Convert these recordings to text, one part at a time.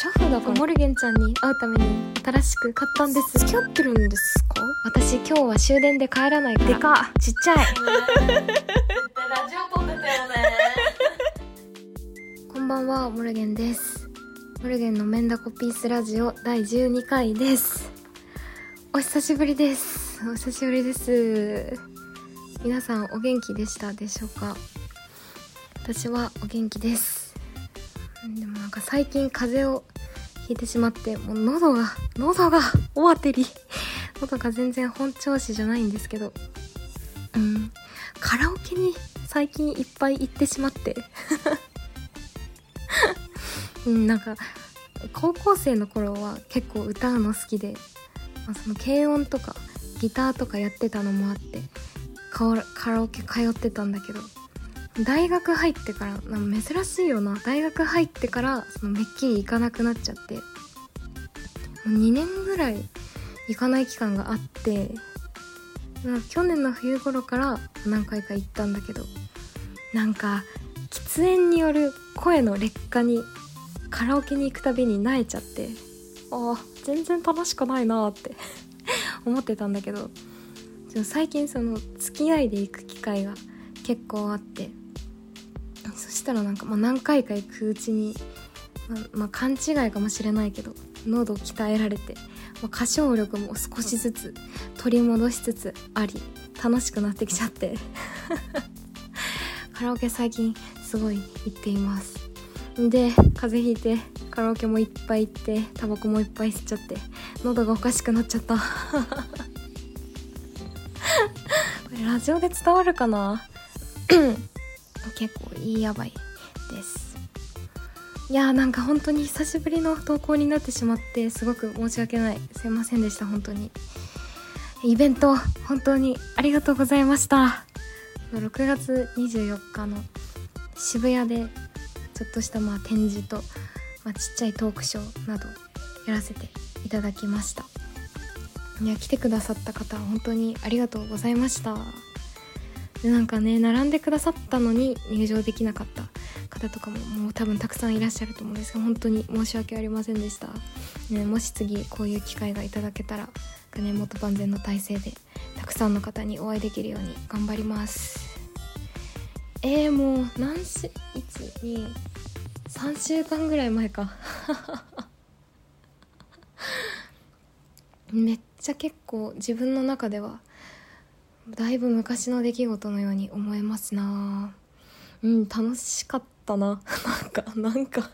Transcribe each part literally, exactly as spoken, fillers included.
シャフだからモルゲンちゃんに会うために新しく買ったんです。 付き合ってるんですか？ 私今日は終電で帰らないから。 でかっ、ちっちゃい。 ラジオ撮ってたよね。 こんばんは、モルゲンです。モルゲンのメンダコピースラジオだいじゅうにかいです。お久しぶりです。お久しぶりです。皆さんお元気でしたでしょうか？私はお元気です。でもなんか最近風邪をひいてしまって、もう喉が喉がおわてり喉が全然本調子じゃないんですけど、うんカラオケに最近いっぱい行ってしまってうんなんか高校生の頃は結構歌うの好きで、まあ、その軽音とかギターとかやってたのもあってカラオケ通ってたんだけど、大学入ってからなんか珍しいよな、大学入ってからそのめっきり行かなくなっちゃって、もうにねんぐらい行かない期間があって、なんか去年の冬頃から何回か行ったんだけど、なんか喫煙による声の劣化にカラオケに行くたびに慣れちゃって、ああ全然楽しくないなって思ってたんだけど、最近その付き合いで行く機会が結構あって、そしたらなんか、まあ、何回か行くうちに、まあまあ、勘違いかもしれないけど喉を鍛えられて、まあ、歌唱力も少しずつ取り戻しつつあり楽しくなってきちゃってカラオケ最近すごい行っています。で風邪ひいてカラオケもいっぱい行ってタバコもいっぱい吸っちゃって喉がおかしくなっちゃったこれラジオで伝わるかな結構いいやばいです。いやーなんか本当に久しぶりの投稿になってしまってすごく申し訳ない、すいませんでした。本当にイベント本当にありがとうございました。ろくがつにじゅうよっかの渋谷でちょっとしたまあ展示と、まあ、ちっちゃいトークショーなどやらせていただきました。いや来てくださった方本当にありがとうございました。でなんかね並んでくださったのに入場できなかった方とかももう多分たくさんいらっしゃると思うんですが、本当に申し訳ありませんでした、ね、もし次こういう機会がいただけたら、ね、もっと万全の体制でたくさんの方にお会いできるように頑張ります。えー、もう何しいちにさんしゅうかんぐらい前かめっちゃ結構自分の中ではだいぶ昔の出来事のように思えますな。うん楽しかったななんかなんか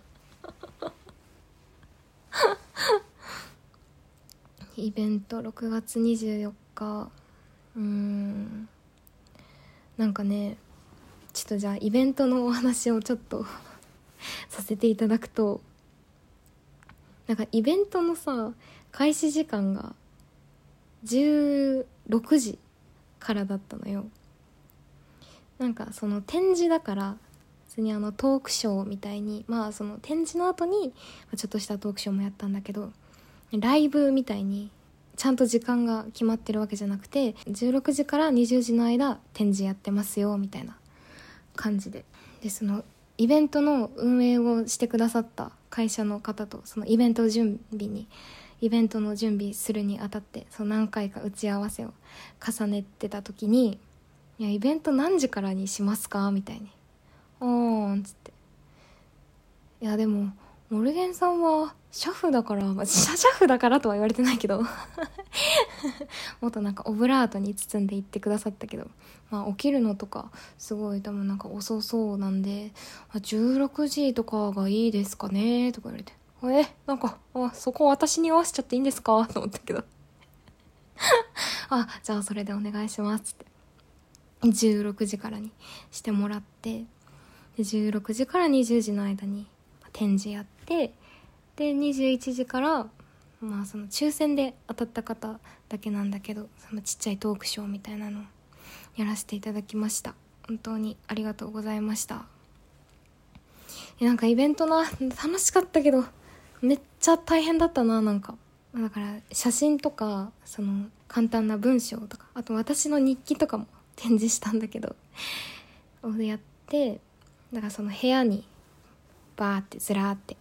イベントろくがつにじゅうよっか、うーんなんかねちょっとじゃあイベントのお話をちょっとさせていただくと、なんかイベントのさ開始時間がじゅうろくじからだったのよ。なんかその展示だから普通にあのトークショーみたいに、まあその展示の後にちょっとしたトークショーもやったんだけど、ライブみたいにちゃんと時間が決まってるわけじゃなくて、じゅうろくじからにじゅうじの間展示やってますよみたいな感じで、でそのイベントの運営をしてくださった会社の方とそのイベント準備にイベントの準備するにあたってその何回か打ち合わせを重ねてた時に、いやイベント何時からにしますかみたいに、おーんつって、いやでもモルゲンさんはシャフだから、まあ、シャシャフだからとは言われてないけどもっとなんかオブラートに包んでいってくださったけど、まあ、起きるのとかすごい多分なんか遅そうなんで、じゅうろくじとかがいいですかねとか言われて、えなんかあそこ私に合わせちゃっていいんですかと思ったけどあじゃあそれでお願いしますってじゅうろくじからにしてもらって、でじゅうろくじからにじゅうじの間に展示やって、でにじゅういちじからまあその抽選で当たった方だけなんだけど、そのちっちゃいトークショーみたいなのをやらせていただきました。本当にありがとうございました。なんかイベントな楽しかったけどめっちゃ大変だったな。なんかだから写真とかその簡単な文章とか、あと私の日記とかも展示したんだけどをやって、だからその部屋にバーってずらーって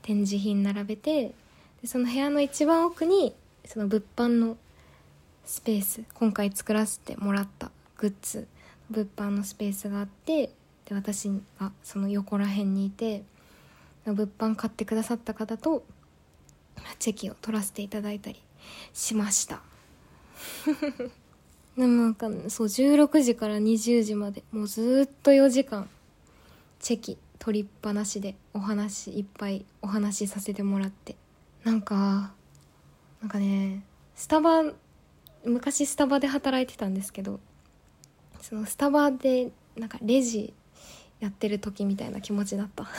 展示品並べて、でその部屋の一番奥にその物販のスペース、今回作らせてもらったグッズ物販のスペースがあって、で私がその横ら辺にいて、物販買ってくださった方とチェキを取らせていただいたりしましたでもなんかそうじゅうろくじからにじゅうじまでもうずっとよじかんチェキ取りっぱなしでお話いっぱいお話しさせてもらって、なんかなんかねスタバ昔スタバで働いてたんですけど、そのスタバでなんかレジやってる時みたいな気持ちだった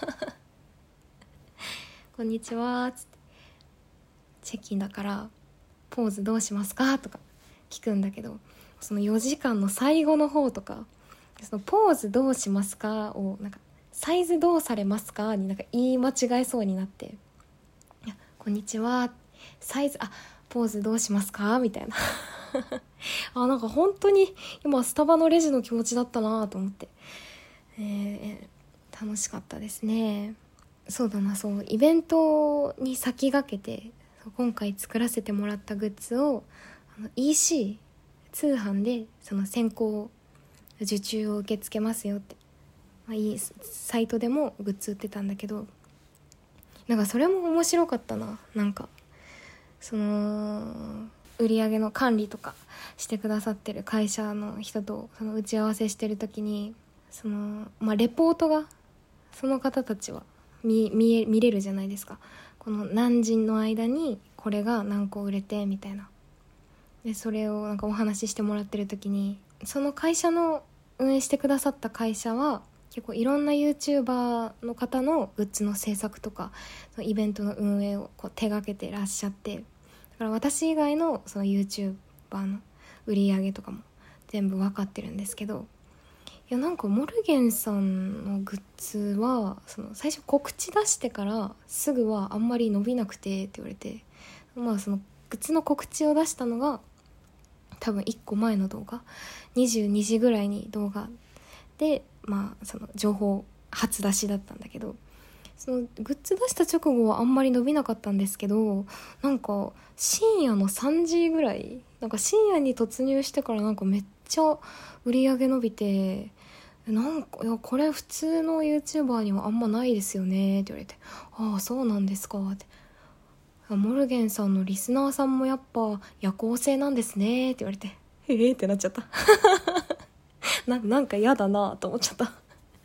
こんにちはーつって、チェキだからポーズどうしますかとか聞くんだけど、そのよじかんの最後の方とか、そのポーズどうしますかをなんかサイズどうされますかになんか言い間違えそうになって、いやこんにちはサイズあポーズどうしますかみたいなあなんか本当に今スタバのレジの気持ちだったなと思って、えー、楽しかったですね。そうだな、そうイベントに先駆けて今回作らせてもらったグッズをあの イーシー 通販でその先行受注を受け付けますよって、まあ、いいサイトでもグッズ売ってたんだけど、なんかそれも面白かったな。なんかその売り上げの管理とかしてくださってる会社の人とその打ち合わせしてる時にその、まあ、レポートがその方たちは 見, 見, え見れるじゃないですか。この何時の間にこれが何個売れてみたいな。でそれをなんかお話ししてもらってる時に、その会社の運営してくださった会社は結構いろんな YouTuber の方のグッズの制作とかそのイベントの運営をこう手掛けてらっしゃって、だから私以外のその YouTuber の売り上げとかも全部分かってるんですけど、いやなんかモルゲンさんのグッズはその最初告知出してからすぐはあんまり伸びなくてって言われて、まあそのグッズの告知を出したのが多分いっこまえの動画、にじゅうにじぐらいに動画でまあその情報初出しだったんだけど、そのグッズ出した直後はあんまり伸びなかったんですけど、なんか深夜のさんじぐらい、なんか深夜に突入してからなんかめっちゃ売り上げ伸びて、なんかいやこれ普通の YouTuber にはあんまないですよねって言われて、ああそうなんですかって、モルゲンさんのリスナーさんもやっぱ夜行性なんですねって言われて、えーってなっちゃったな, なんか嫌だなと思っちゃった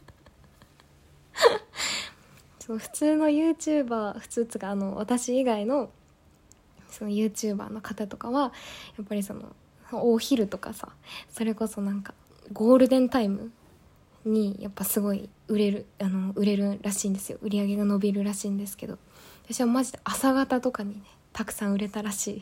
そう普通の YouTuber 普通つかあの私以外のその YouTuber の方とかはやっぱりそのお昼とかさ、それこそなんかゴールデンタイムにやっぱすごい売れるあの売れるらしいんですよ。売り上げが伸びるらしいんですけど、私はマジで朝方とかにねたくさん売れたらしい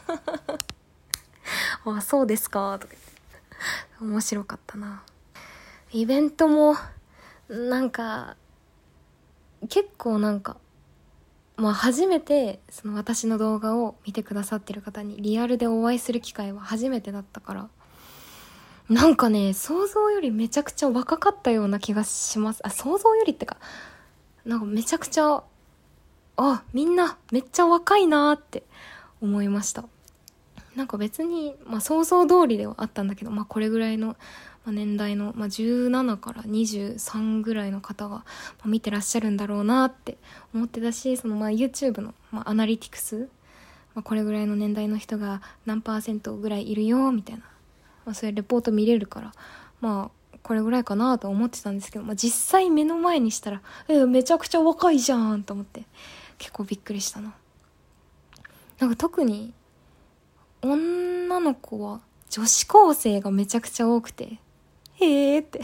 あそうですかとか言って面白かったな。イベントもなんか結構なんかまあ初めてその私の動画を見てくださってる方にリアルでお会いする機会は初めてだったから、なんかね想像よりめちゃくちゃ若かったような気がします。あ想像よりってかなんかめちゃくちゃあみんなめっちゃ若いなって思いました。なんか別に、まあ、想像通りではあったんだけど、まあ、これぐらいの、まあ、年代の、まあ、じゅうななからにじゅうさんぐらいの方が、まあ、見てらっしゃるんだろうなって思ってたし、そのまあ YouTube の、まあ、アナリティクス、まあ、これぐらいの年代の人が何パーセントぐらいいるよみたいな、まあ、そういうレポート見れるからまあこれぐらいかなと思ってたんですけど、まあ、実際目の前にしたらえめちゃくちゃ若いじゃんと思って結構びっくりしたな。なんか特に女の子は女子高生がめちゃくちゃ多くてへーって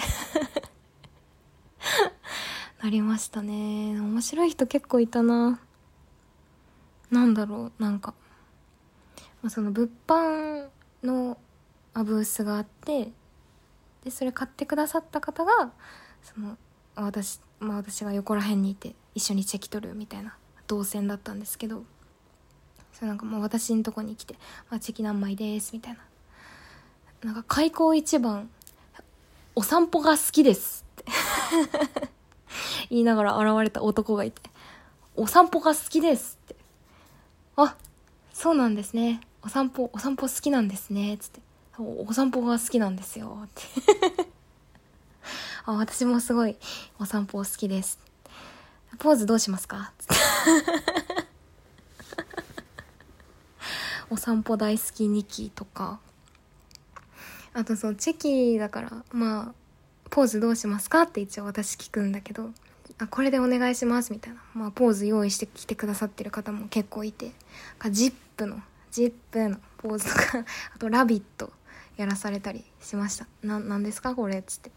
なりましたね。面白い人結構いたな。なんだろうなんかその物販のブースがあって、でそれ買ってくださった方がその私、まあ、私が横ら辺にいて一緒にチェキ取るみたいな動線だったんですけど、それなんかもう私のとこに来てあチェキ何枚ですみたいな、なんか開口一番お散歩が好きですって言いながら現れた男がいて、 お散歩が好きですって。あ、そうなんですね。お散歩、お散歩好きなんですね。つって。お、お散歩が好きなんですよ。ってあ、私もすごいお散歩好きです。ポーズどうしますかつってお散歩大好きにきとか。あとそう、チェキだから、まあ、ポーズどうしますかって一応私聞くんだけど、あ、これでお願いしますみたいな、まあ、ポーズ用意してきてくださってる方も結構いて、ジップのジップのポーズとかあとラビットやらされたりしました。な、なんですかこれっつって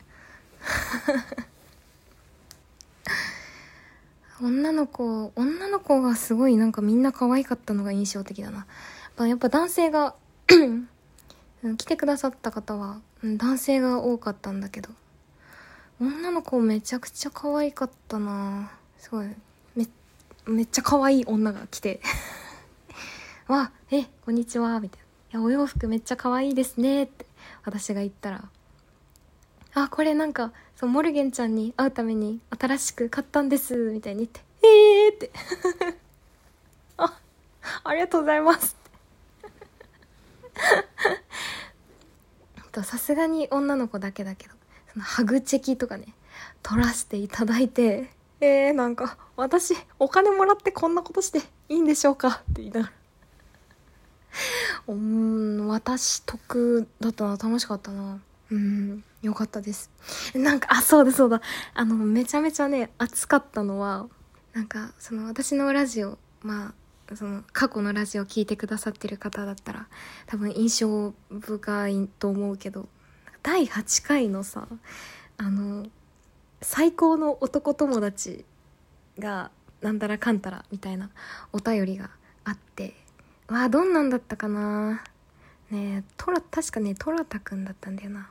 女の子女の子がすごいなんかみんな可愛かったのが印象的だな。やっぱ男性が来てくださった方は男性が多かったんだけど、女の子めちゃくちゃ可愛かったな。すごい め, めっちゃ可愛い女が来てわ、え、こんにちはみたいな、いやお洋服めっちゃ可愛いですねって私が言ったら、あ、これなんかそうモルゲンちゃんに会うために新しく買ったんですみたいに言って、えーってあ、ありがとうございますとさすがに女の子だけだけど、そのハグチェキとかね取らせていただいて、えー、なんか私お金もらってこんなことしていいんでしょうかって言いながらうーん、私得だったな。楽しかったな。うん、よかったです。なんか、あ、そうだそうだ、あのめちゃめちゃね熱かったのは、なんかその私のラジオ、まあその過去のラジオ聞いてくださってる方だったら多分印象深いと思うけど、だいはちかいのさ、あの最高の男友達がなんたらかんたらみたいなお便りがあって、わあ、どんなんだったかなねえ、トラ、確かねトラタくんだったんだよな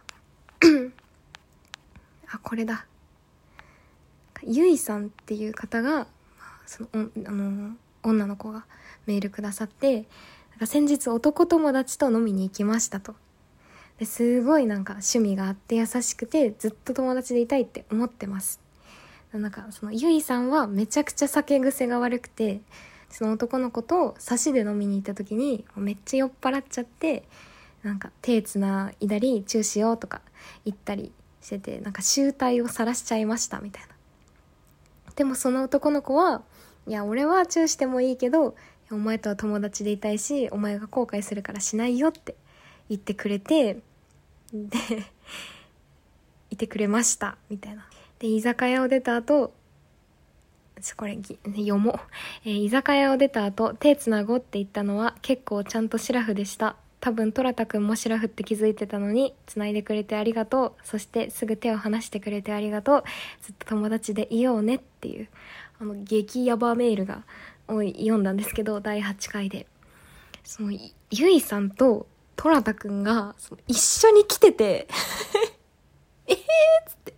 あ、これだ、ゆいさんっていう方が、そのあの女の子がメールくださって、なんか先日男友達と飲みに行きましたと。ですごいなんか趣味があって優しくてずっと友達でいたいって思ってます。なんかそのゆいさんはめちゃくちゃ酒癖が悪くて、その男の子と差しで飲みに行った時にめっちゃ酔っ払っちゃって、なんか手つないだりチューしようとか言ったりしてて、なんか醜態を晒しちゃいましたみたいな。でもその男の子は、いや俺はチューしてもいいけどお前とは友達でいたいしお前が後悔するからしないよって言ってくれて、でいてくれましたみたいな。で居酒屋を出た後、これ読もう、えー、居酒屋を出た後手つなごって言ったのは結構ちゃんとシラフでした。多分トラタくんもシラフって気づいてたのにつないでくれてありがとう、そしてすぐ手を離してくれてありがとう、ずっと友達でいようねっていう、あの激ヤバメールがを読んだんですけど、だいはちかいでそのゆいさんとトラタくんがその一緒に来ててえーっつって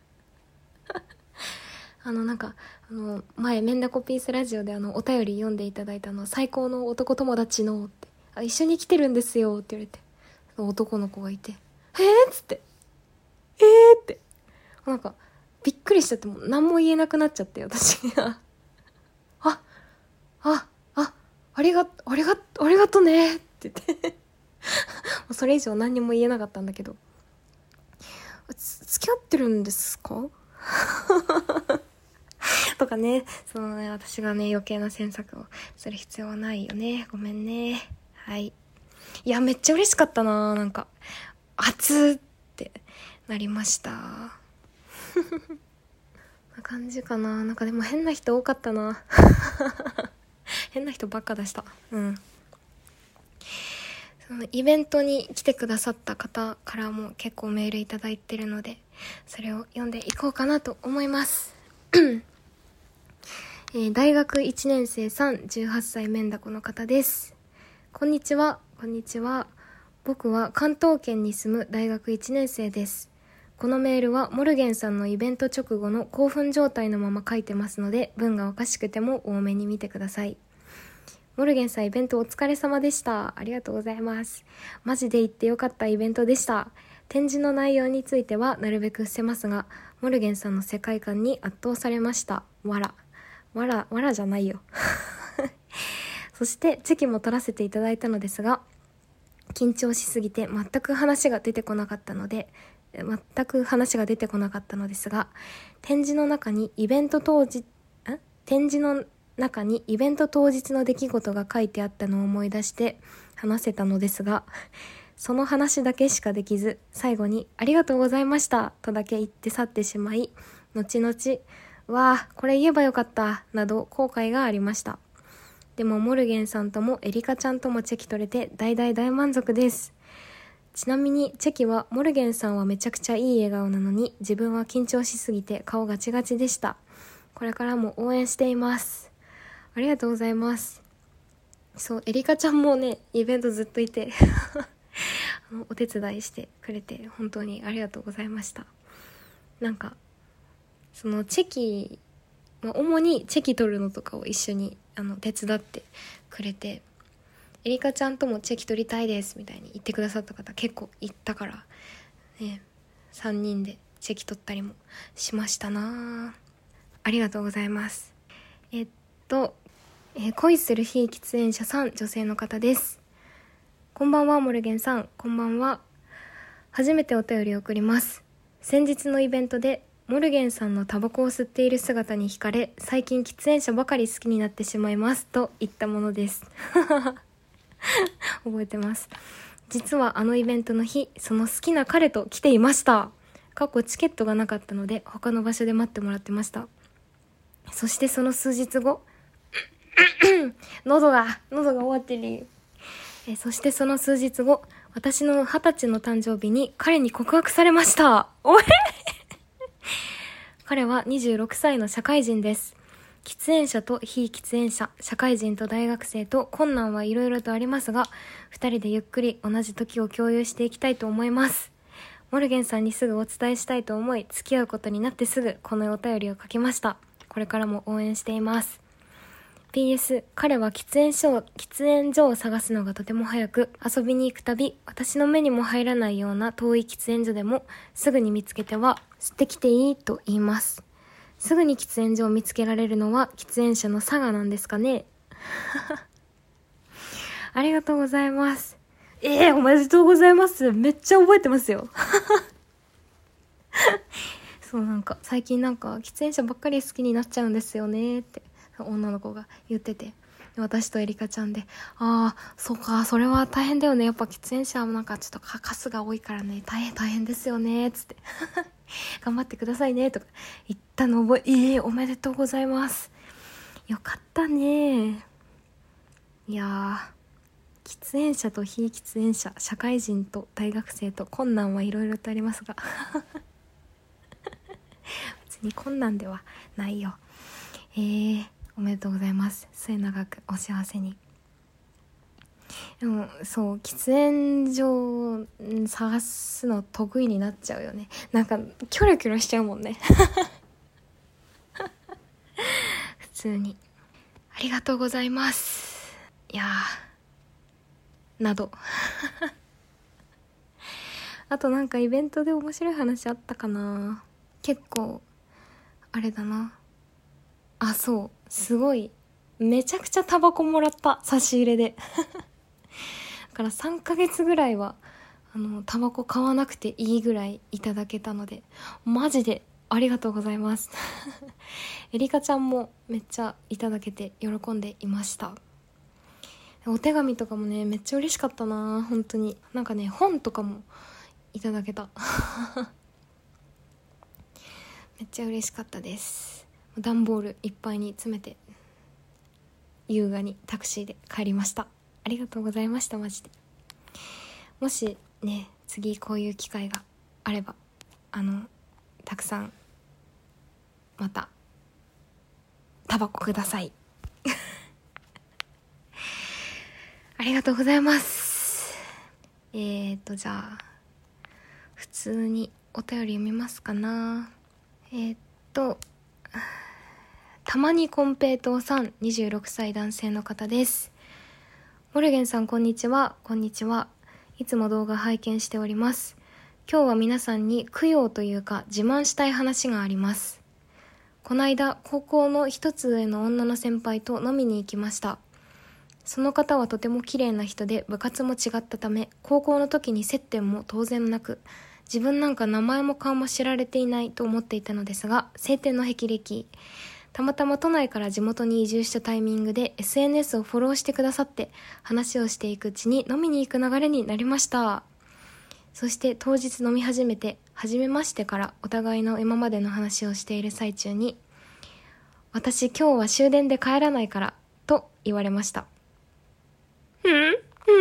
あのなんかあの前メンダコピースラジオであのお便り読んでいただいたの最高の男友達のってあ一緒に来てるんですよって言われて、男の子がいてえーっつってえーってなんかびっくりしちゃってもう何も言えなくなっちゃって私があああありがありがありがとねって言ってそれ以上何にも言えなかったんだけど、付き合ってるんですかとかね、そのね私がね余計な詮索をする必要はないよね、ごめんね。はい、いやめっちゃ嬉しかったな、なんか熱ってなりましたな感じかな。なんかでも変な人多かったな変な人ばっかでした。うんそのイベントに来てくださった方からも結構メールいただいてるのでそれを読んでいこうかなと思いますえー、大学いちねん生さん、じゅうはっさいメンダコの方です。こんにちは。こんにちは。僕は関東圏に住む大学いちねん生です。このメールはモルゲンさんのイベント直後の興奮状態のまま書いてますので文がおかしくても多めに見てください。モルゲンさんイベントお疲れ様でした。ありがとうございます。マジで行ってよかったイベントでした。展示の内容についてはなるべく伏せますが、モルゲンさんの世界観に圧倒されました。わら。 わらわらじゃないよそしてチェキも取らせていただいたのですが、緊張しすぎて全く話が出てこなかったので全く話が出てこなかったのですが、展示の中にイベント当日ん展示の中にイベント当日の出来事が書いてあったのを思い出して話せたのですが、その話だけしかできず、最後にありがとうございましたとだけ言って去ってしまい、後々わあこれ言えばよかったなど後悔がありました。でもモルゲンさんともエリカちゃんともチェキ取れて大大大満足です。ちなみにチェキはモルゲンさんはめちゃくちゃいい笑顔なのに、自分は緊張しすぎて顔ガチガチでした。これからも応援しています。ありがとうございます。そう、エリカちゃんもねイベントずっといてあのお手伝いしてくれて本当にありがとうございました。なんかそのチェキ、まあ、主にチェキ取るのとかを一緒にあの手伝ってくれて、エリカちゃんともチェキ取りたいですみたいに言ってくださった方結構いったから、ね、さんにんでチェキ取ったりもしましたな。ありがとうございます。えっと、えー、恋する非喫煙者さん、女性の方です。こんばんはモルゲンさん。こんばんは。初めてお便りを送ります。先日のイベントでモルゲンさんのタバコを吸っている姿に惹かれ、最近喫煙者ばかり好きになってしまいますと言ったものです覚えてます。実はあのイベントの日、その好きな彼と来ていました。過去チケットがなかったので他の場所で待ってもらってました。そしてその数日後喉が喉が終わってる。えそしてその数日後、私の二十歳の誕生日に彼に告白されました。おえ彼はにじゅうろくさいの社会人です。喫煙者と非喫煙者、社会人と大学生と困難はいろいろとありますが、二人でゆっくり同じ時を共有していきたいと思います。モルゲンさんにすぐお伝えしたいと思い、付き合うことになってすぐこのお便りを書きました。これからも応援しています。ピーエス 彼は喫煙所、喫煙所を探すのがとても早く、遊びに行くたび私の目にも入らないような遠い喫煙所でもすぐに見つけては吸ってきていいと言います。すぐに喫煙所を見つけられるのは喫煙者の差がなんですかねありがとうございます。えー、おめでとうございます。めっちゃ覚えてますよそうなんか最近なんか喫煙者ばっかり好きになっちゃうんですよねって女の子が言ってて、私とエリカちゃんで、ああそうかそれは大変だよね、やっぱ喫煙者はなんかちょっとカスが多いからね大変大変ですよねつって頑張ってくださいねとか言ったの覚え、えー、おめでとうございます。よかったね。いやー、喫煙者と非喫煙者、社会人と大学生と困難はいろいろとありますが別に困難ではないよ。えー、おめでとうございます。末永くお幸せに。でもそう喫煙所探すの得意になっちゃうよね。なんかキョロキョロしちゃうもんね普通に。ありがとうございます。いやーなどあとなんかイベントで面白い話あったかな。結構あれだなあ、そうすごいめちゃくちゃタバコもらった、差し入れでだからさんかげつぐらいはあのタバコ買わなくていいぐらいいただけたのでマジでありがとうございますエリカちゃんもめっちゃいただけて喜んでいました。お手紙とかもねめっちゃ嬉しかったな。本当になんかね本とかもいただけためっちゃ嬉しかったです。段ボールいっぱいに詰めて優雅にタクシーで帰りました。ありがとうございました。マジで。もしね次こういう機会があればあのたくさんまたタバコくださいありがとうございます。えーとじゃあ普通にお便り読みますかな。えーっとたまにコンペイトーさん、にじゅうろくさい男性の方です。モルゲンさんこんにちは。こんにちは。いつも動画拝見しております。今日は皆さんに供養というか自慢したい話があります。 この間高校の一つ上の女の先輩と飲みに行きました。その方はとても綺麗な人で部活も違ったため、高校の時に接点も当然なく、自分なんか名前も顔も知られていないと思っていたのですが、晴天の霹靂。たまたま都内から地元に移住したタイミングで エスエヌエス をフォローしてくださって話をしていくうちに飲みに行く流れになりました。そして当日飲み始めて初めましてからお互いの今までの話をしている最中に、私今日は終電で帰らないからと言われました。うん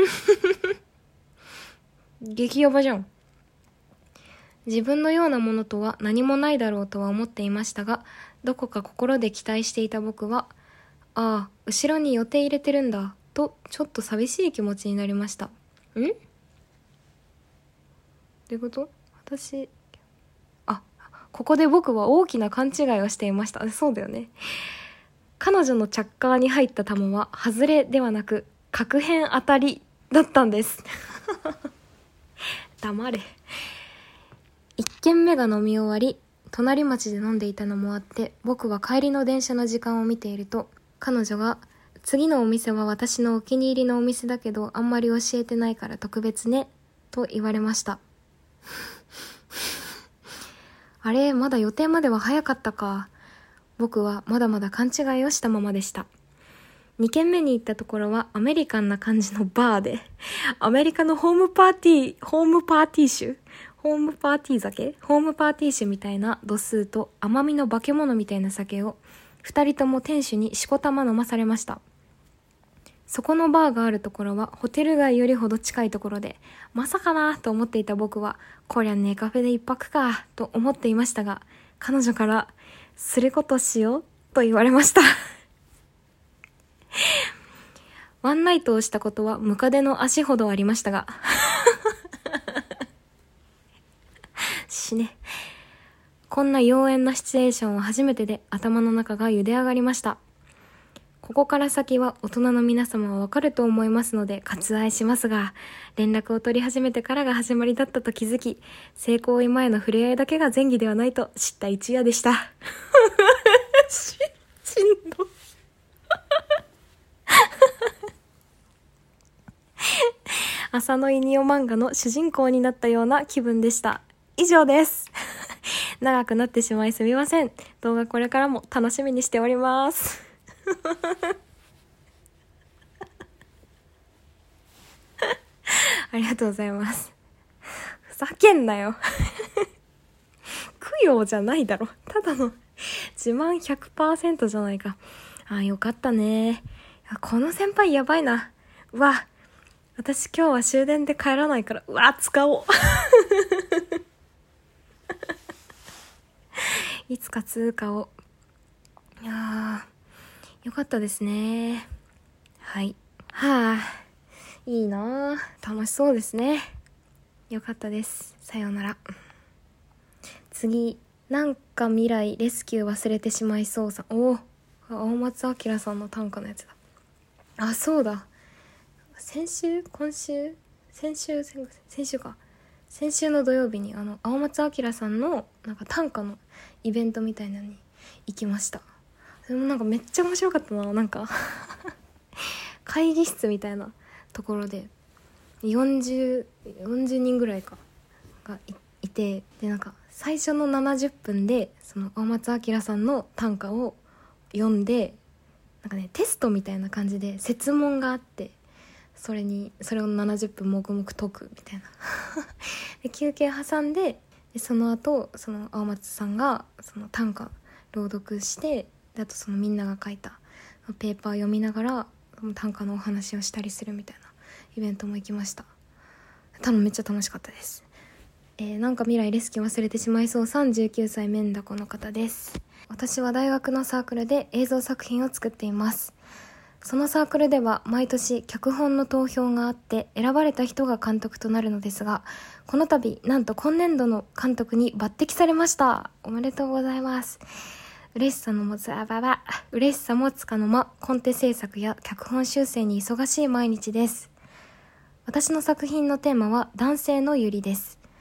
激ヤバじゃん。自分のようなものとは何もないだろうとは思っていましたが、どこか心で期待していた僕は、ああ、後ろに予定入れてるんだとちょっと寂しい気持ちになりました。ん？どういうこと？私、あ、ここで僕は大きな勘違いをしていました。そうだよね。彼女のチャッカーに入った球は外れではなく角変当たりだったんです。黙れ。一軒目が飲み終わり、隣町で飲んでいたのもあって、僕は帰りの電車の時間を見ていると、彼女が次のお店は私のお気に入りのお店だけどあんまり教えてないから特別ねと言われました。あれ、まだ予定までは早かったか。僕はまだまだ勘違いをしたままでした。に軒目に行ったところはアメリカンな感じのバーで、アメリカのホームパーティー、ホームパーティー酒ホームパーティー酒ホームパーティー酒みたいな度数と甘みの化け物みたいな酒を二人とも店主にしこたま飲まされました。そこのバーがあるところはホテル街よりほど近いところで、まさかなと思っていた僕は、こりゃねカフェで一泊かと思っていましたが、彼女からすることしようと言われました。ワンナイトをしたことはムカデの足ほどありましたが死ね。こんな妖艶なシチュエーションは初めてで頭の中が茹で上がりました。ここから先は大人の皆様はわかると思いますので割愛しますが、連絡を取り始めてからが始まりだったと気づき、性行為前の触れ合いだけが前儀ではないと知った一夜でした。し、しんど。浅野いにお漫画の主人公になったような気分でした。以上です。長くなってしまいすみません。動画これからも楽しみにしております。ありがとうございます。ふざけんなよ。供養じゃないだろ。ただの自慢 ひゃくパーセント じゃないか。あ、よかったね。この先輩やばいな。うわ、私今日は終電で帰らないから、うわ、使おう。いつか通過を。いやー、よかったですね。はい。はあ、いいなぁ。楽しそうですね。よかったです。さようなら。次、なんか未来レスキュー忘れてしまいそうさ。おお、青松明さんの短歌のやつだ。あ、そうだ。先週今週先週先先週か。先週の土曜日にあの青松明さんのなんか短歌のイベントみたいなのに行きました。それもなんかめっちゃ面白かったな。なんか会議室みたいなところでよんじゅう、よんじゅうにんぐらいかが い, いてでなんか最初のななじゅっぷんでその青松明さんの短歌を読んで、なんかねテストみたいな感じで設問があって、それにそれをななじゅっぷん黙々解くみたいなで休憩挟んで、でその後その青松さんがその短歌朗読して、であとそのみんなが書いたペーパー読みながら短歌のお話をしたりするみたいなイベントも行きました。多分めっちゃ楽しかったです。えー、なんか未来レスキュー忘れてしまいそうさんじゅうきゅうさいメンダコの方です。私は大学のサークルで映像作品を作っています。そのサークルでは毎年脚本の投票があって選ばれた人が監督となるのですが、この度なんと今年度の監督に抜擢されました。おめでとうございます。嬉しさのもつあばば嬉しさもつかの間、コンテ制作や脚本修正に忙しい毎日です。私の作品のテーマは男性のゆりです。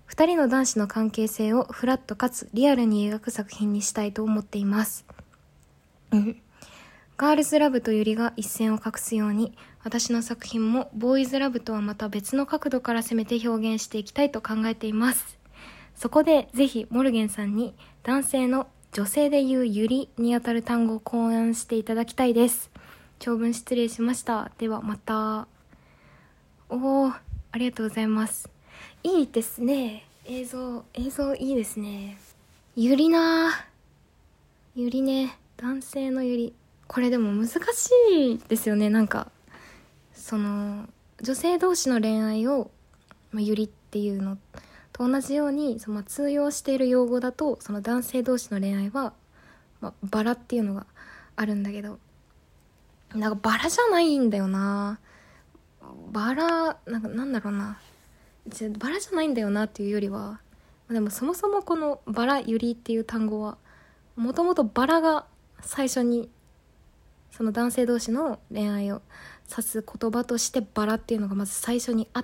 二人の男子の関係性をフラットかつリアルに描く作品にしたいと思っています。うん。ガールズラブとユリが一線を画すように、私の作品もボーイズラブとはまた別の角度から攻めて表現していきたいと考えています。そこでぜひモルゲンさんに男性の女性で言うユリにあたる単語を考案していただきたいです。長文失礼しました。ではまた。おー、ありがとうございます。いいですね。映像、映像いいですね。ユリなぁ。ユリね。男性のユリ。これでも難しいですよね。なんか、その、女性同士の恋愛を、まあ、ユリっていうのと同じように、その通用している用語だと、その男性同士の恋愛は、まあ、バラっていうのがあるんだけど、なんかバラじゃないんだよな。バラ、なんかなんだろうな。バラじゃないんだよなっていうよりは、でもそもそもこのバラユリっていう単語はもともとバラが最初にその男性同士の恋愛を指す言葉としてバラっていうのがまず最初にあって、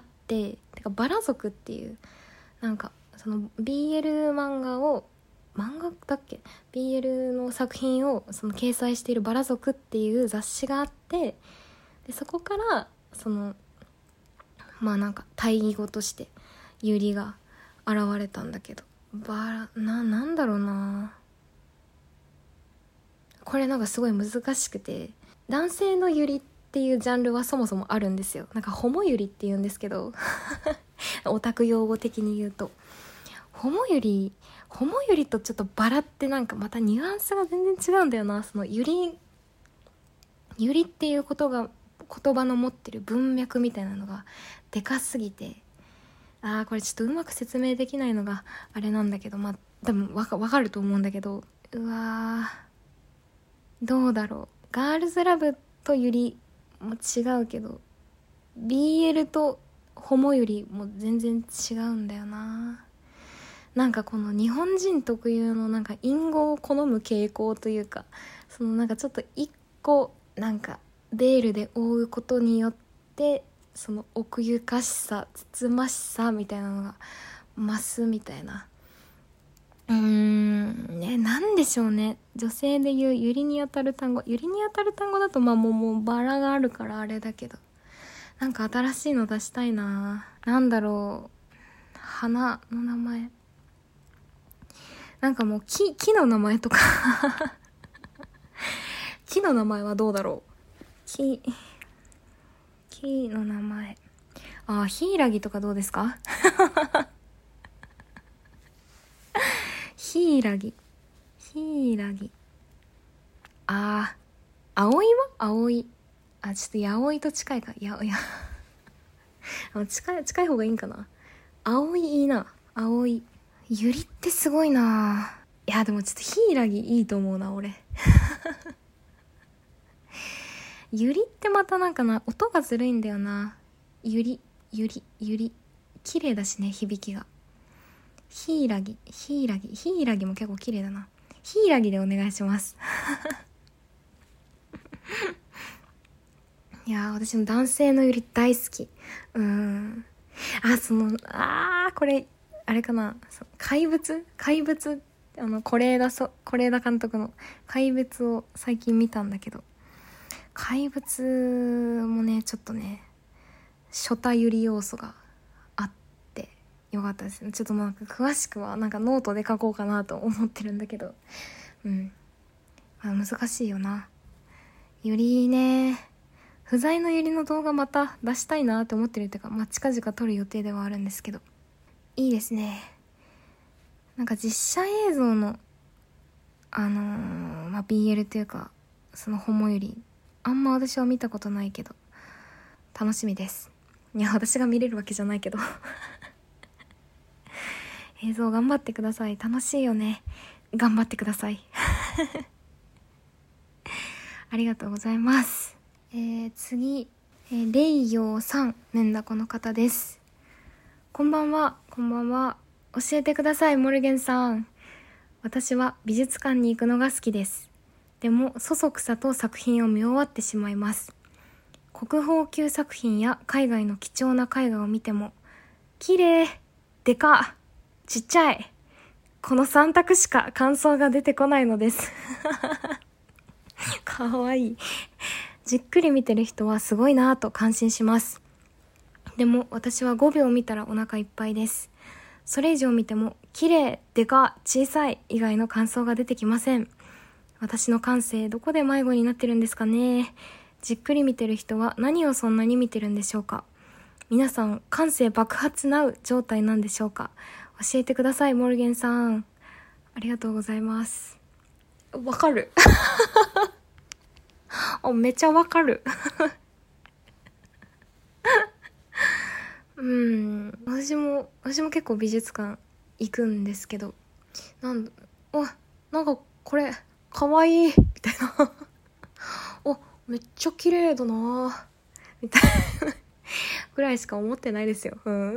てかバラ族っていうなんかその ビーエル 漫画を漫画だっけ ビーエル の作品をその掲載しているバラ族っていう雑誌があって、でそこからそのまあなんか対義語としてユリが現れたんだけど、バラな、なんだろうな、これなんかすごい難しくて、男性のユリっていうジャンルはそもそもあるんですよ。なんかホモユリって言うんですけどオタク用語的に言うとホモユリホモユリとちょっとバラってなんかまたニュアンスが全然違うんだよな。そのユリユリっていうことが言葉の持ってる文脈みたいなのがでかすぎて、あーこれちょっとうまく説明できないのがあれなんだけど、まあ多分わか、わかると思うんだけど、うわーどうだろう、ガールズラブとユリも違うけど ビーエル とホモユリも全然違うんだよな。なんかこの日本人特有のなんか隠語を好む傾向というか、そのなんかちょっと一個なんかベールで覆うことによってその奥ゆかしさつつましさみたいなのが増すみたいな、うーんね、なんでしょうね。女性で言うユリにあたる単語、ユリにあたる単語だとまあもうもうバラがあるからあれだけど、なんか新しいの出したいな。なんだろう、花の名前、なんかもう木木の名前とか木の名前はどうだろう。木木の名前、ああ、ヒイラギとかどうですかヒイラギヒイラギ、ああ、葵は葵、あ、ちょっとヤオイと近いか、ややあ、近い近い方がいいんかな。葵いいな、葵。ユリってすごいな。いやでもちょっとヒイラギいいと思うな俺ユリってまたなんかな、音がずるいんだよな。ユリユリユリ綺麗だしね、響きが。ヒイラギヒイラギヒイラギも結構綺麗だな。ヒイラギでお願いしますいやー私も男性のユリ大好き。うーん、あ、そのあーこれあれかな、怪物怪物あの是枝そ是枝監督の怪物を最近見たんだけど、怪物もねちょっとね初太ユリ要素があってよかったですね。ちょっとなんか詳しくはなんかノートで書こうかなと思ってるんだけど、うん、あ、難しいよな。ユリね、不在のユリの動画また出したいなって思ってるっていうか、まあ、近々撮る予定ではあるんですけど、いいですね。なんか実写映像のあのー、まあ ビーエル というかそのホモユリあんま私は見たことないけど楽しみです。いや私が見れるわけじゃないけど映像頑張ってください。楽しいよね。頑張ってくださいありがとうございます。えー、次、えー、レイヨウさん、メンダコの方です。こんばんは。こんばんは。教えてください、モルゲンさん。私は美術館に行くのが好きです。でもそそくさと作品を見終わってしまいます。国宝級作品や海外の貴重な絵画を見ても綺麗、でかっちっちゃい。このさん択しか感想が出てこないのですかわいい。じっくり見てる人はすごいなぁと感心します。でも私はごびょう見たらお腹いっぱいです。それ以上見ても綺麗、でか、小さい以外の感想が出てきません。私の感性どこで迷子になってるんですかね。じっくり見てる人は何をそんなに見てるんでしょうか。皆さん感性爆発なう状態なんでしょうか。教えてください、モルゲンさん。ありがとうございます。わかるあ、めちゃわかるうん、私も私も結構美術館行くんですけど、なんおなんかこれかわいいみたいなおめっちゃ綺麗だなみたいなぐらいしか思ってないですよ。うん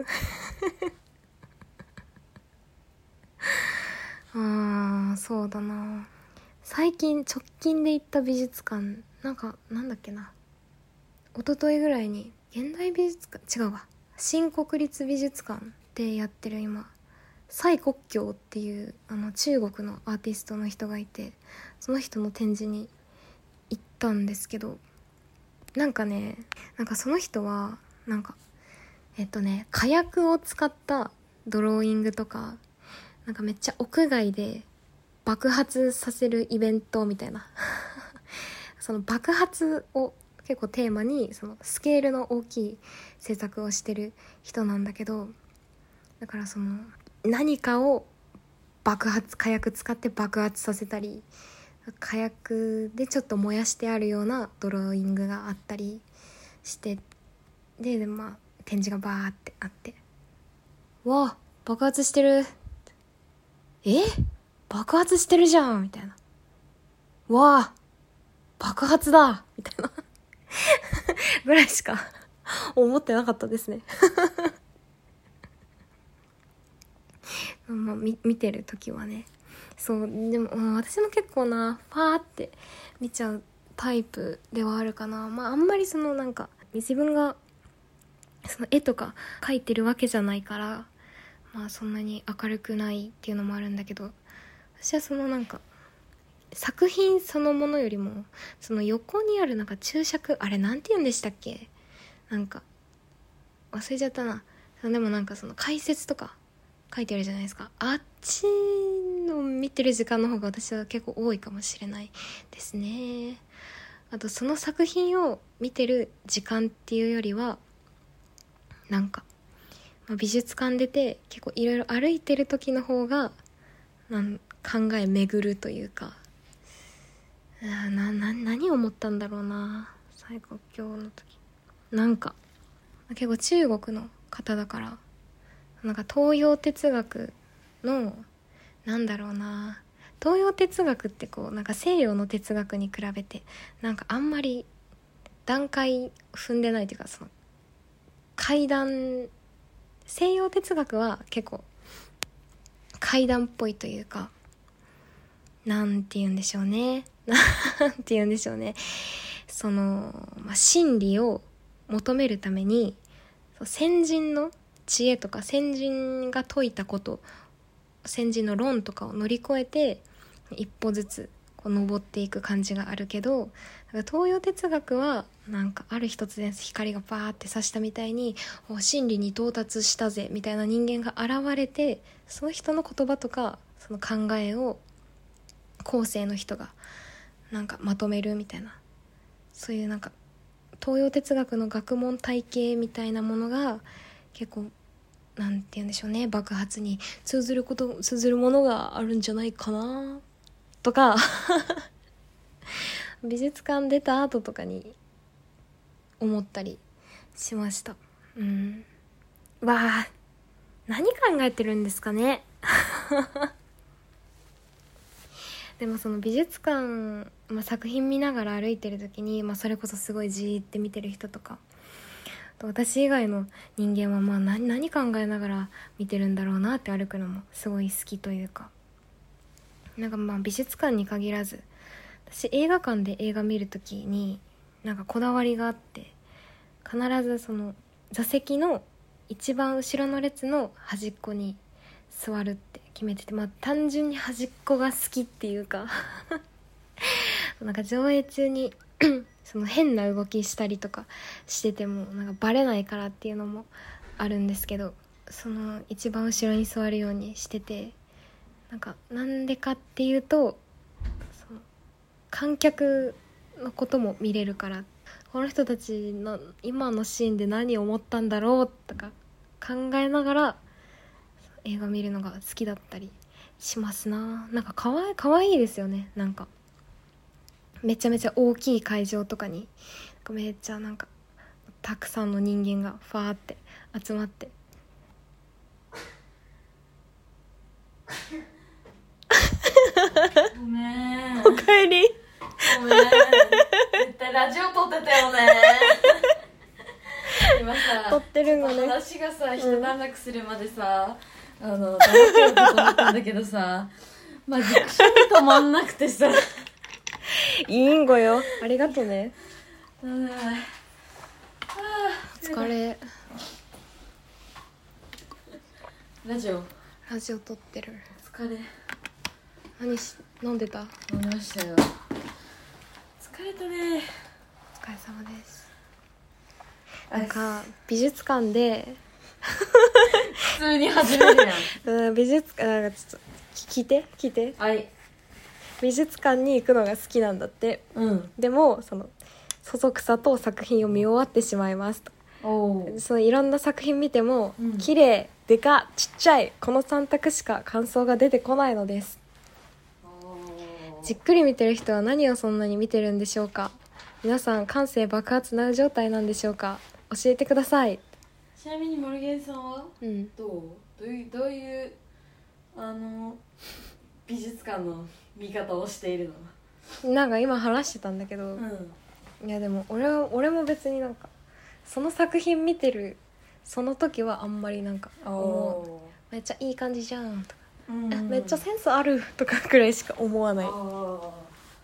あーそうだな。最近直近で行った美術館、なんかなんだっけな、一昨日ぐらいに現代美術館違うわ新国立美術館でやってる今蔡國強っていうあの中国のアーティストの人がいて、その人の展示に行ったんですけど、なんかねなんかその人はなんかえっとね火薬を使ったドローイングとか、なんかめっちゃ屋外で爆発させるイベントみたいなその爆発を結構テーマにそのスケールの大きい制作をしてる人なんだけど、だからその何かを爆発火薬使って爆発させたり、火薬でちょっと燃やしてあるようなドローイングがあったりして、で、でまあ展示がバーってあって、わあ爆発してる、え爆発してるじゃんみたいな、わあ爆発だみたいなぐらいしか思ってなかったですねまあ、見, 見てる時はね、そうでも、うん、私も結構なファーって見ちゃうタイプではあるかな。まああんまりそのなんか自分がその絵とか描いてるわけじゃないから、まあそんなに明るくないっていうのもあるんだけど、私はそのなんか作品そのものよりもその横にあるなんか注釈、あれなんて言うんでしたっけ、なんか忘れちゃったな。でもなんかその解説とか書いてあるじゃないですか。あっちの見てる時間の方が私は結構多いかもしれないですね。あとその作品を見てる時間っていうよりはなんか、まあ、美術館出て結構いろいろ歩いてる時の方がなん考え巡るというか、あなな何を思ったんだろうな最国境の時。なんか結構中国の方だからなんか東洋哲学のなんだろうな、東洋哲学ってこうなんか西洋の哲学に比べてなんかあんまり段階踏んでないというか、その階段、西洋哲学は結構階段っぽいというか、なんて言うんでしょうねなんて言うんでしょうねその、まあ、真理を求めるために先人の知恵とか先人が説いたこと、先人の論とかを乗り越えて一歩ずつこう登っていく感じがあるけど、東洋哲学はなんかある日突然光がバーって差したみたいに真理に到達したぜみたいな人間が現れて、その人の言葉とかその考えを後世の人がなんかまとめるみたいな、そういうなんか東洋哲学の学問体系みたいなものが結構なんて言うんでしょうね、爆発に通ずること通ずるものがあるんじゃないかなとか美術館出た後とかに思ったりしました。うん。わあ、何考えてるんですかねでもその美術館、まあ、作品見ながら歩いてる時に、まあ、それこそすごいじーって見てる人とか、私以外の人間はまあ 何, 何考えながら見てるんだろうなって歩くのもすごい好きというか、なんかまあ美術館に限らず私映画館で映画見るときになんかこだわりがあって、必ずその座席の一番後ろの列の端っこに座るって決めてて、まあ単純に端っこが好きっていうかなんか上映中にその変な動きしたりとかしててもなんかバレないからっていうのもあるんですけど、その一番後ろに座るようにしてて、なんかなんでかっていうとその観客のことも見れるから、この人たちの今のシーンで何を思ったんだろうとか考えながら映画見るのが好きだったりしますな。なんかかわい、かわいいですよね。なんかめちゃめちゃ大きい会場とかにめっちゃなんかたくさんの人間がファーって集まってごめんおかえりごめん絶対ラジオ撮ってたよね今さ撮ってるのね。 話がさ一段落するまでさ、あの黙ってようと思ったんだけどさマジくしゃみ止まんなくてさいいんごよ、ありがとね。 あーお疲れ。 ラジオラジオ撮ってる。 お疲れ何し飲んでた？ 飲みましたよ。疲れたね。 お疲れ様です。なんか美術館で普通に始めるやんうん美術館なんかちょっと聞いて聞いてはい美術館に行くのが好きなんだって。 うんでもそのそそくさと作品を見終わってしまいますと。 おーそのいろんな作品見ても、 うん綺麗でかちっちゃいこのさん択しか感想が出てこないのです。じっくり見てる人は何をそんなに見てるんでしょうか。皆さん感性爆発な状態なんでしょうか。教えてください。 ちなみにモルゲンさんはうんどうどういうどういうあの美術館の見方をしているの？ なんか今話してたんだけど、 うんいやでも俺は俺も別になんかその作品見てるその時はあんまりなんか思うめっちゃいい感じじゃんとか、 うんあめっちゃセンスあるとかくらいしか思わない。 あーえーなるほどね。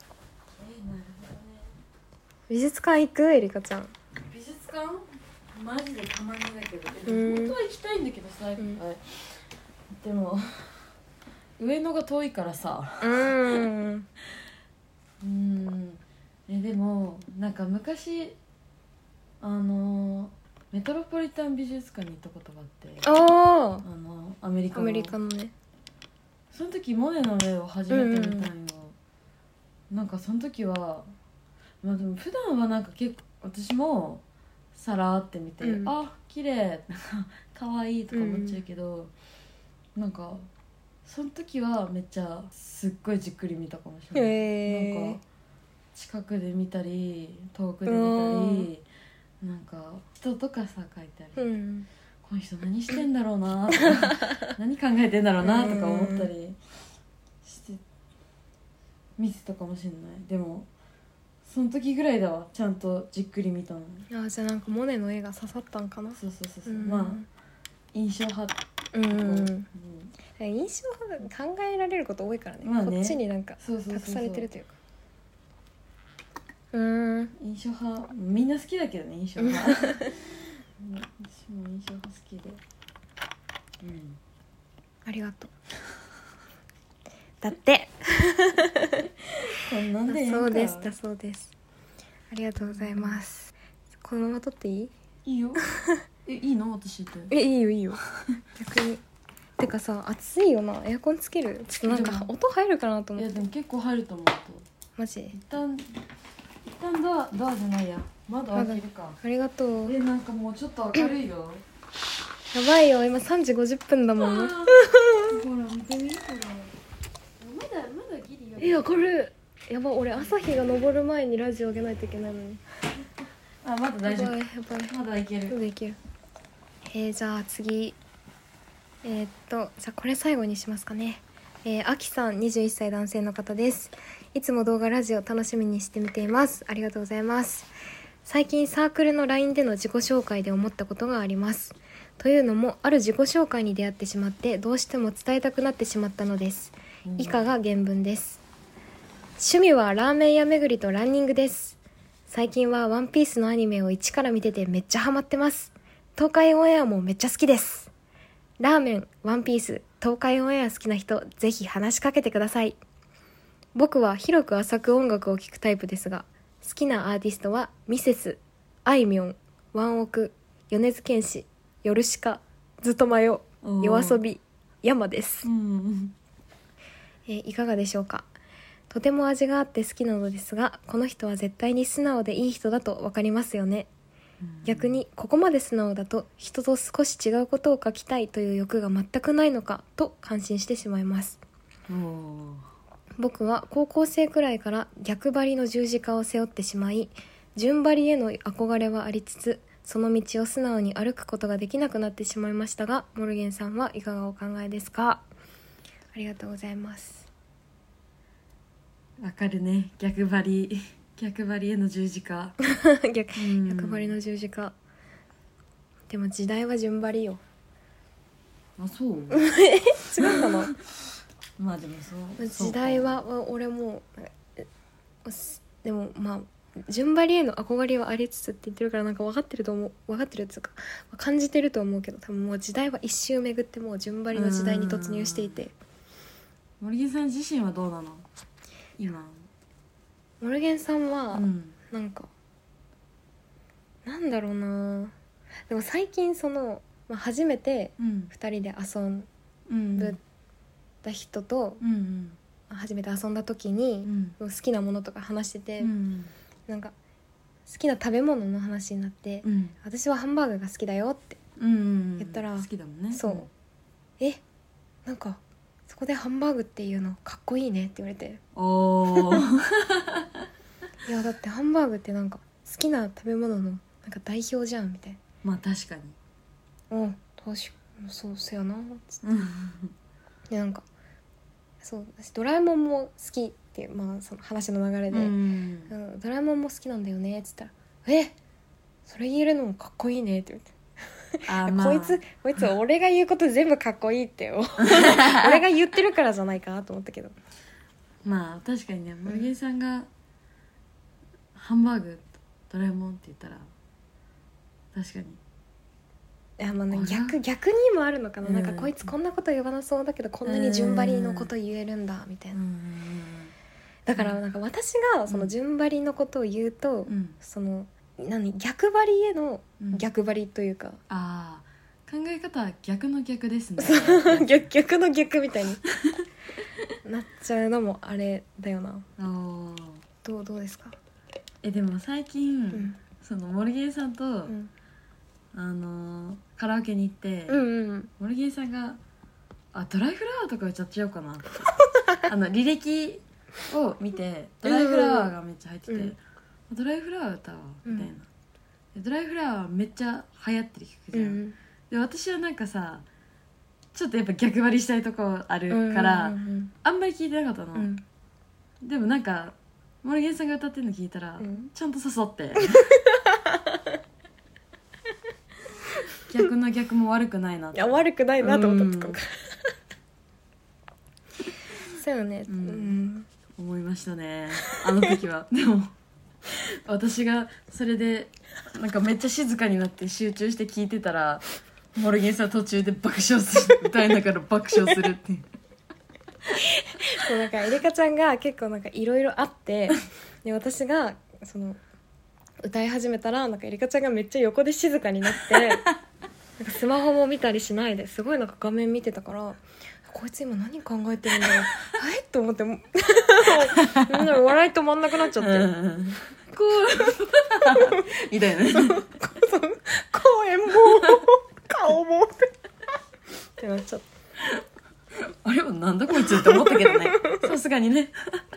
美術館行くエリカちゃん。 美術館マジでたまにだけど、 うん本当は行きたいんだけどさ、 んはいでも上野が遠いからさうーんうんえでもなんか昔あのメトロポリタン美術館に行ったことがあってああのアメリカのあアメリカのね。 その時モネの絵を初めて見たんよ、 うんなんかその時はまあでも普段はなんか結構私もさらーって見て、 うんあ綺麗かわいいとか思っちゃうけど、なんかその時はめっちゃすっごいじっくり見たかもしれない、 へーなんか近くで見たり遠くで見たりなんか人とかさ書いてある、 うんこの人何してんだろうなとか何考えてんだろうなとか思ったりして見てたかもしれない。でもその時ぐらいだわちゃんとじっくり見たの。 あじゃあなんかモネの絵が刺さったんかな。 そうそうそうそう、 うんまあ印象派うんうんうんうん印象派考えられること多いからね、 まあねこっちになんかそうそうそうそう託されてるというか。うーん印象派みんな好きだけどね印象派うん私も印象派好きでうんありがとうだってこんなんでええんかそうですだそうです。ありがとうございます。このまま撮っていい？ いいよえいいの私ってえいいよいいよ逆にてかさ暑いよな。エアコンつける？ちょっとなんかでも音入るかなとい思って。 やでも結構入ると思うとマジ一旦一旦ドアドアじゃないや窓開けるか。 ありがとう。 えなんかもうちょっと明るいよやばいよ今さんじごじゅっぷんだもん。 ほら見てみほらまだまだギリよいやこれやば俺朝日が昇る前にラジオ上げないといけないのに。 あまだ大丈夫やばいやばいまだいけるすぐいける。えー、じゃあ次えー、っとじゃあこれ最後にしますかね。えー、あきさんにじゅういっさい男性の方です。いつも動画ラジオ楽しみにしてみています。ありがとうございます。最近サークルの ライン での自己紹介で思ったことがあります。というのもある自己紹介に出会ってしまってどうしても伝えたくなってしまったのです。以下が原文です。趣味はラーメン屋巡りとランニングです。最近はワンピースのアニメを一から見ててめっちゃハマってます。東海オンエアもめっちゃ好きです。ラーメン、ワンピース、 東海オンエア好きな人ぜひ話しかけてください。僕は広く浅く音楽を聴くタイプですが、好きなアーティストはミセス、あいみょん、ワンオク、米津玄師、ヨルシカ、ずっとマヨ、夜遊び、ヤマです、 うんえーいかがでしょうか。とても味があって好きなのですが、この人は絶対に素直でいい人だと分かりますよね。逆にここまで素直だと人と少し違うことを書きたいという欲が全くないのかと感心してしまいます。 おー僕は高校生くらいから逆張りの十字架を背負ってしまい、順張りへの憧れはありつつ、その道を素直に歩くことができなくなってしまいましたが、モルゲンさんはいかがお考えですか。ありがとうございます。 わかるね、逆張り逆張りへの十字架逆うん逆張りの十字架。でも時代は順張りよ。 あ、そう違うかな。 まあでもそう時代は俺もえでもまあ順張りへの憧れはありつつって言ってるから、なんか分かってると思う分かってるっていうか感じてると思うけど、多分もう時代は一周巡ってもう順張りの時代に突入していて。 森木さん自身はどうなの今。 モルゲンさんは、 うんなんかなんだろうな、でも最近その、まあ、初めてうんふたりで遊んうんぶった人と、 うんうん初めて遊んだ時にう、ん好きなものとか話してて、 うんなんか好きな食べ物の話になって、 うん私はハンバーグが好きだよってうん言ったら好きだもんね。 そうえなんかそこでハンバーグっていうのかっこいいねって言われて、 おーいやだってハンバーグってなんか好きな食べ物のなんか代表じゃんみたいまあ確かにな。うん確かにそうせやなっつって、 うんでなんかそう私ドラえもんも好きっていう、まあ、その話の流れで、 うんうんドラえもんも好きなんだよねっつったら、えそれ言えるのもかっこいいねって言ってあーまあこいつこいつ俺が言うこと全部かっこいいって俺が言ってるからじゃないかなと思ったけど、 まあ確かにね、森毛さんがハンバーグドラえもんって言ったら確かにいやまあねあら逆逆にもあるのかな、 うんなんかこいつこんなこと言わなそうだけどこんなに順張りのこと言えるんだみたいな、 うんだからなんか私がその順張りのことを言うと、 うんその何逆張りへのうん逆張りというか、 ああ考え方は逆の逆ですね逆逆の逆みたいになっちゃうのもあれだよな。 おーどうどうですか。 えでも最近、 うんその森毛さんと、 うんあのーカラオケに行って、 うんうん森毛さんがあドライフラワーとか歌っちゃおうかなってあの履歴を見てドライフラワーがめっちゃ入ってて、 うんドライフラワー歌おうみたいな、 うんでドライフラワーめっちゃ流行ってる曲うじゃん、 んで私はなんかさちょっとやっぱ逆張りしたいとこあるから、 うんあんまり聞いてなかったの、 うんでもなんか森源さんが歌ってるの聞いたら、 うんちゃんと誘って逆の逆も悪くないなっていや悪くないなと思ったうんとかそうよね、 ううんん思いましたねあの時はでも私がそれでなんかめっちゃ静かになって集中して聞いてたら森源さん途中で爆笑する歌いながら爆笑するっていうそうなんかエリカちゃんが結構なんかいろいろあってで私がその歌い始めたらなんかエリカちゃんがめっちゃ横で静かになってなんかスマホも見たりしないですごいなんか画面見てたからこいつ今何考えてるんだろうはいと思ってもうみんな笑い止まんなくなっちゃって、 うんうんこうみたいなね声も顔もってなっちゃったあれはなんだこいつって思ったけどねさすがにね、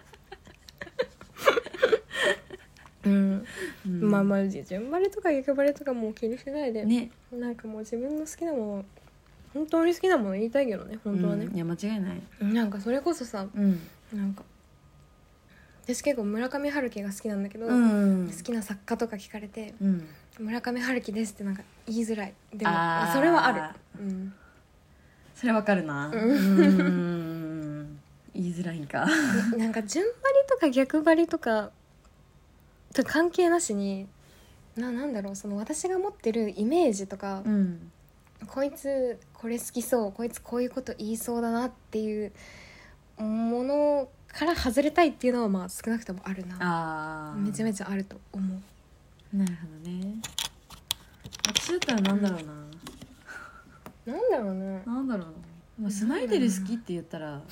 うんうん、 まあまあ順張りとか逆張りとかもう気にしないで、 ねなんかもう自分の好きなもの本当に好きなもの言いたいけどね本当はねうん、いや間違いないなんかそれこそさうん、 なんか私結構村上春樹が好きなんだけど、 うん好きな作家とか聞かれてうん、 村上春樹ですってなんか言いづらいでもあーそれはある、うん、 それわかるなううんん言いづらいんかでなんか順張りとか逆張りとかと関係なしにななんだろうその私が持ってるイメージとかうんこいつこれ好きそう、こいつこういうこと言いそうだなっていうものから外れたいっていうのはまあ少なくともあるな。 あめちゃめちゃあると思う。 なるほどね。私だったらなんだろうな、 なんだろうね。 なんだろうな、まあ、スナイデル好きって言ったらは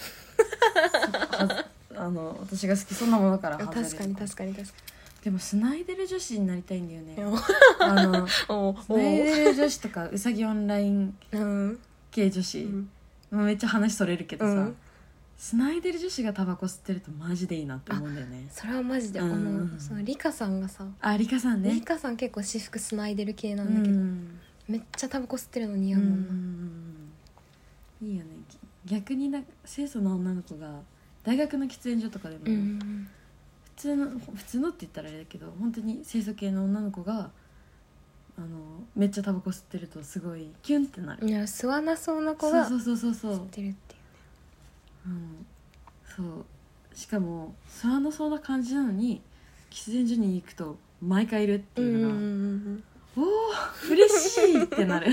あの私が好きそうなものから外れる。 確かに確かに確かでもスナイデル女子になりたいんだよね。 に。 あのおスナイデル女子とかうさぎオンラインうん系女子、 うんもうめっちゃ話それるけどさ、 うんスナイデル女子がタバコ吸ってるとマジでいいなって思うんだよね。 それはマジで思う。 うんそのリカさんがさ、 あリカさんね。 リカさん結構私服スナイデル系なうんだけど、 んめっちゃタバコ吸ってるの似合ううんもんな。 んいいよね。逆になんか清楚な女の子が大学の喫煙所とかでも、 うん普通の普通のって言ったらあれだけど本当に清楚系の女の子があのめっちゃタバコ吸ってるとすごいキュンってなる。 いや吸わなそうな子が吸そうそうそうそうそう、 ってるっていうね。 うん、そうしかも吸わなそうな感じなのに喫煙所に行くと毎回いるっていうのが、 んおお嬉しいってなる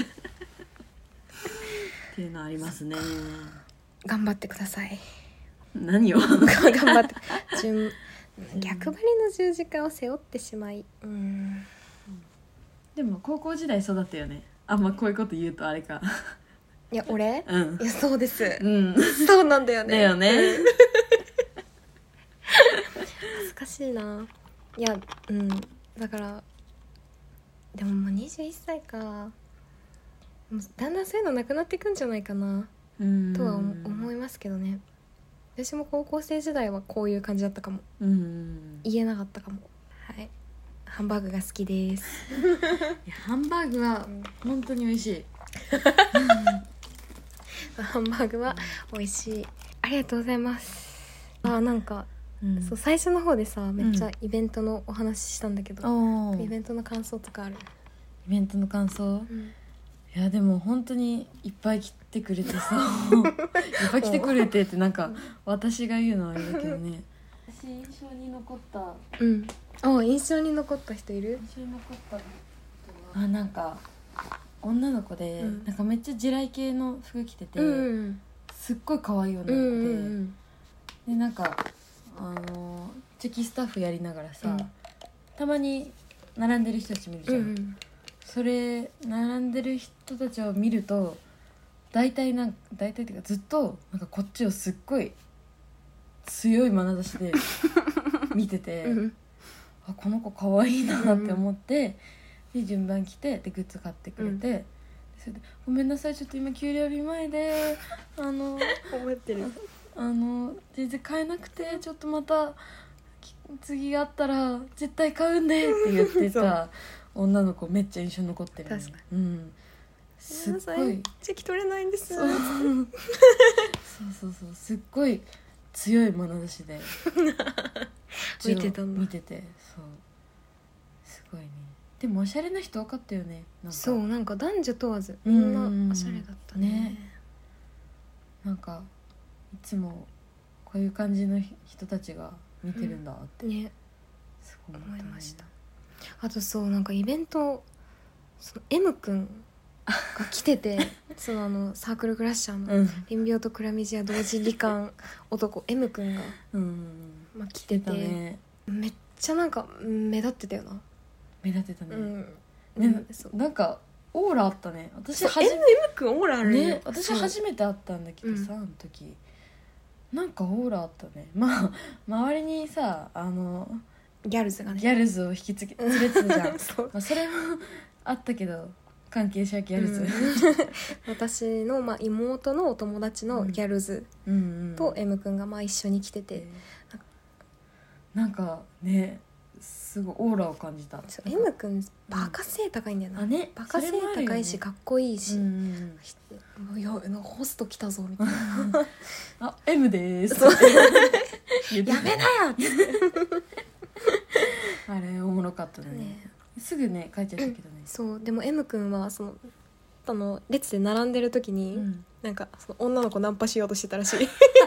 っていうのありますね。 頑張ってください。 何を頑張って順逆張りの十字架を背負ってしまい、うんでも高校時代そうだったよね。あんまこういうこと言うとあれかいや俺うんいやそうですうんそうなんだよねだよねうん難しいないやうんだからでももうにじゅういっさいか、もうだんだんそういうのなくなっていくんじゃないかなうんとは思思いますけどね。私も高校生時代はこういう感じだったかも。 うん言えなかったかも。はい、ハンバーグが好きです。 いやハンバーグは本当に美味しい。 ハンバーグは美味しい。ありがとうございます。あ、なんか、 うんそう最初の方でさめっちゃイベントのお話ししたんだけど、 おーイベントの感想とかある？ イベントの感想、 うんいやでも本当にいっぱい来てくれてさいっぱい来てくれてってなんか私が言うのはあれだけどね私印象に残ったうんあ、印象に残った人いる？ 印象に残ったあなんか女の子で、 うんなんかめっちゃ地雷系の服着てて、 うんすっごい可愛い女の子で、 うんうんでなんかあのチェキスタッフやりながらさ、 うんたまに並んでる人たち見るじゃん、 うんうんそれ並んでる人たちを見ると大体なん大体っていうかずっとなんかこっちをすっごい強い眼差しで見てて、 うんあこの子可愛いなって思って、で順番来てでグッズ買ってくれて、 うんそれでごめんなさいちょっと今給料日前であの覚えてる。 あの全然買えなくてちょっとまたき次あったら絶対買うんでって言ってそた女の子めっちゃ印象に残ってるね。 確かうんすっごいチェキ取れないんです。 そうそうそうそうすっごい強い眼差しで見てたんだ見ててそうすごいね。でもおしゃれな人多かったよね。なんかそうなんか男女問わずみんなおしゃれだったね。 ねなんかいつもこういう感じの人たちが見てるんだってねすごい思いました。あとそうなんかイベントその M 君が来ててそのあのサークルクラッシャーのうん臨病とクラミジア同時罹患男 M 君が、 うんまあ、来てて、 ねめっちゃなんか目立ってたよな。 目立ってたね、 うんねうんそうなんかオーラあったね。私そう初 M, M 君オーラあるね私そう初めて会ったんだけどさ、 うんあの時なんかオーラあったね。まあ周りにさあのギャルズがねギャルズを引きつけ連れてたじゃんそうまあそれもあったけど関係者ギャルズ、 うん私の、まあ、妹のお友達のギャルズうんうんと M 君がまあ一緒に来てて、 なんかねすごいオーラを感じた。 そう M 君バカ背高いんだよな、 あねバカ背高いしかっこいいし、 うんうんひもういやなんかホスト来たぞみたいなうんあ M でーすそう言ってやめなよってあれおもろかったねねすぐね帰っちゃったけどね、 そうでも M 君はそのあの列で並んでる時に、 うんなんかその女の子ナンパしようとしてたらしい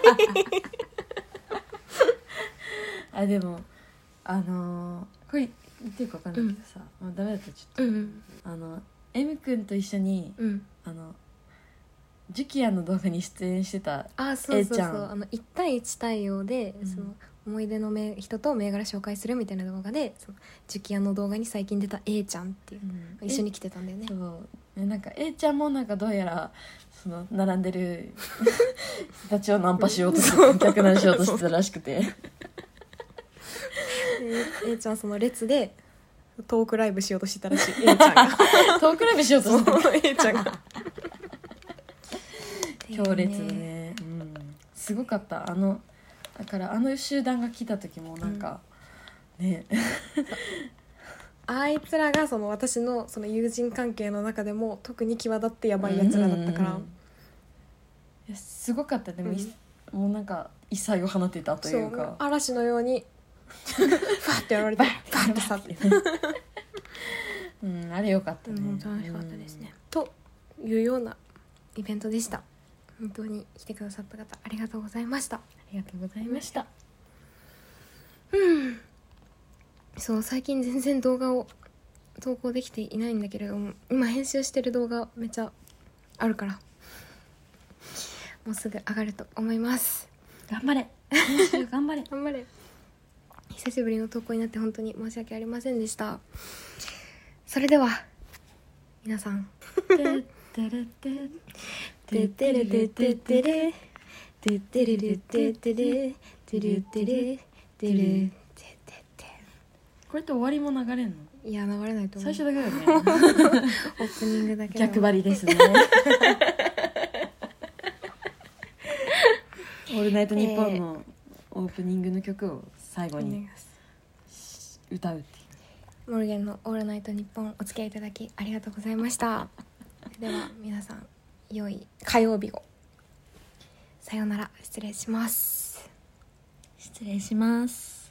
あでもあのー、これ言ってるか分かんないけどさ、まあ、ダメだったらちょっと、 うんあの M 君と一緒にうんあのジュキヤの動画に出演してたあそうそうそ A ちゃうんあのいち対いち対応で、 うんその思い出のめ人と銘柄紹介するみたいな動画でそのジュキヤの動画に最近出た A ちゃんっていう、 うん一緒に来てたんだよね。 そうねなんか A ちゃんもなんかどうやらその並んでる人たちをナンパしようとして客難しようとしてたらしくてで A ちゃんその列でトークライブしようとしてたらしい A ちゃんがトークライブしようとしてたそう A ちゃんが強烈だね、うん、すごかったあのだからあの集団が来た時もなんか、うん、ねあいつらがその私のその友人関係の中でも特に際立ってやばいやつらだったから、 うんうんうん、いやすごかったでも、 うん、 もうなんか異彩を放ってたというかそう嵐のようにファッてやられてバッて去ってうんあれよかったね、 うん、楽しかったですね、うん、というようなイベントでした。本当に来てくださった方ありがとうございました。ありがとうございました。 うんそう最近全然動画を投稿できていないんだけれども今編集してる動画めっちゃあるからもうすぐ上がると思います。 頑張れ編集頑張れ頑張れ。久しぶりの投稿になって本当に申し訳ありませんでした。それでは皆さんてれててってれてってってれてってれれてってれてれてれてれてってこれって終わりも流れんの？ いや流れないと思う。 最初だけだよねオープニングだけ逆張りですねオールナイトニッポンのオープニングの曲を最後に歌うっていうモルゲンのオールナイトニッポンお付き合いいただきありがとうございました。では皆さん良い火曜日を。さようなら。失礼します。 失礼します。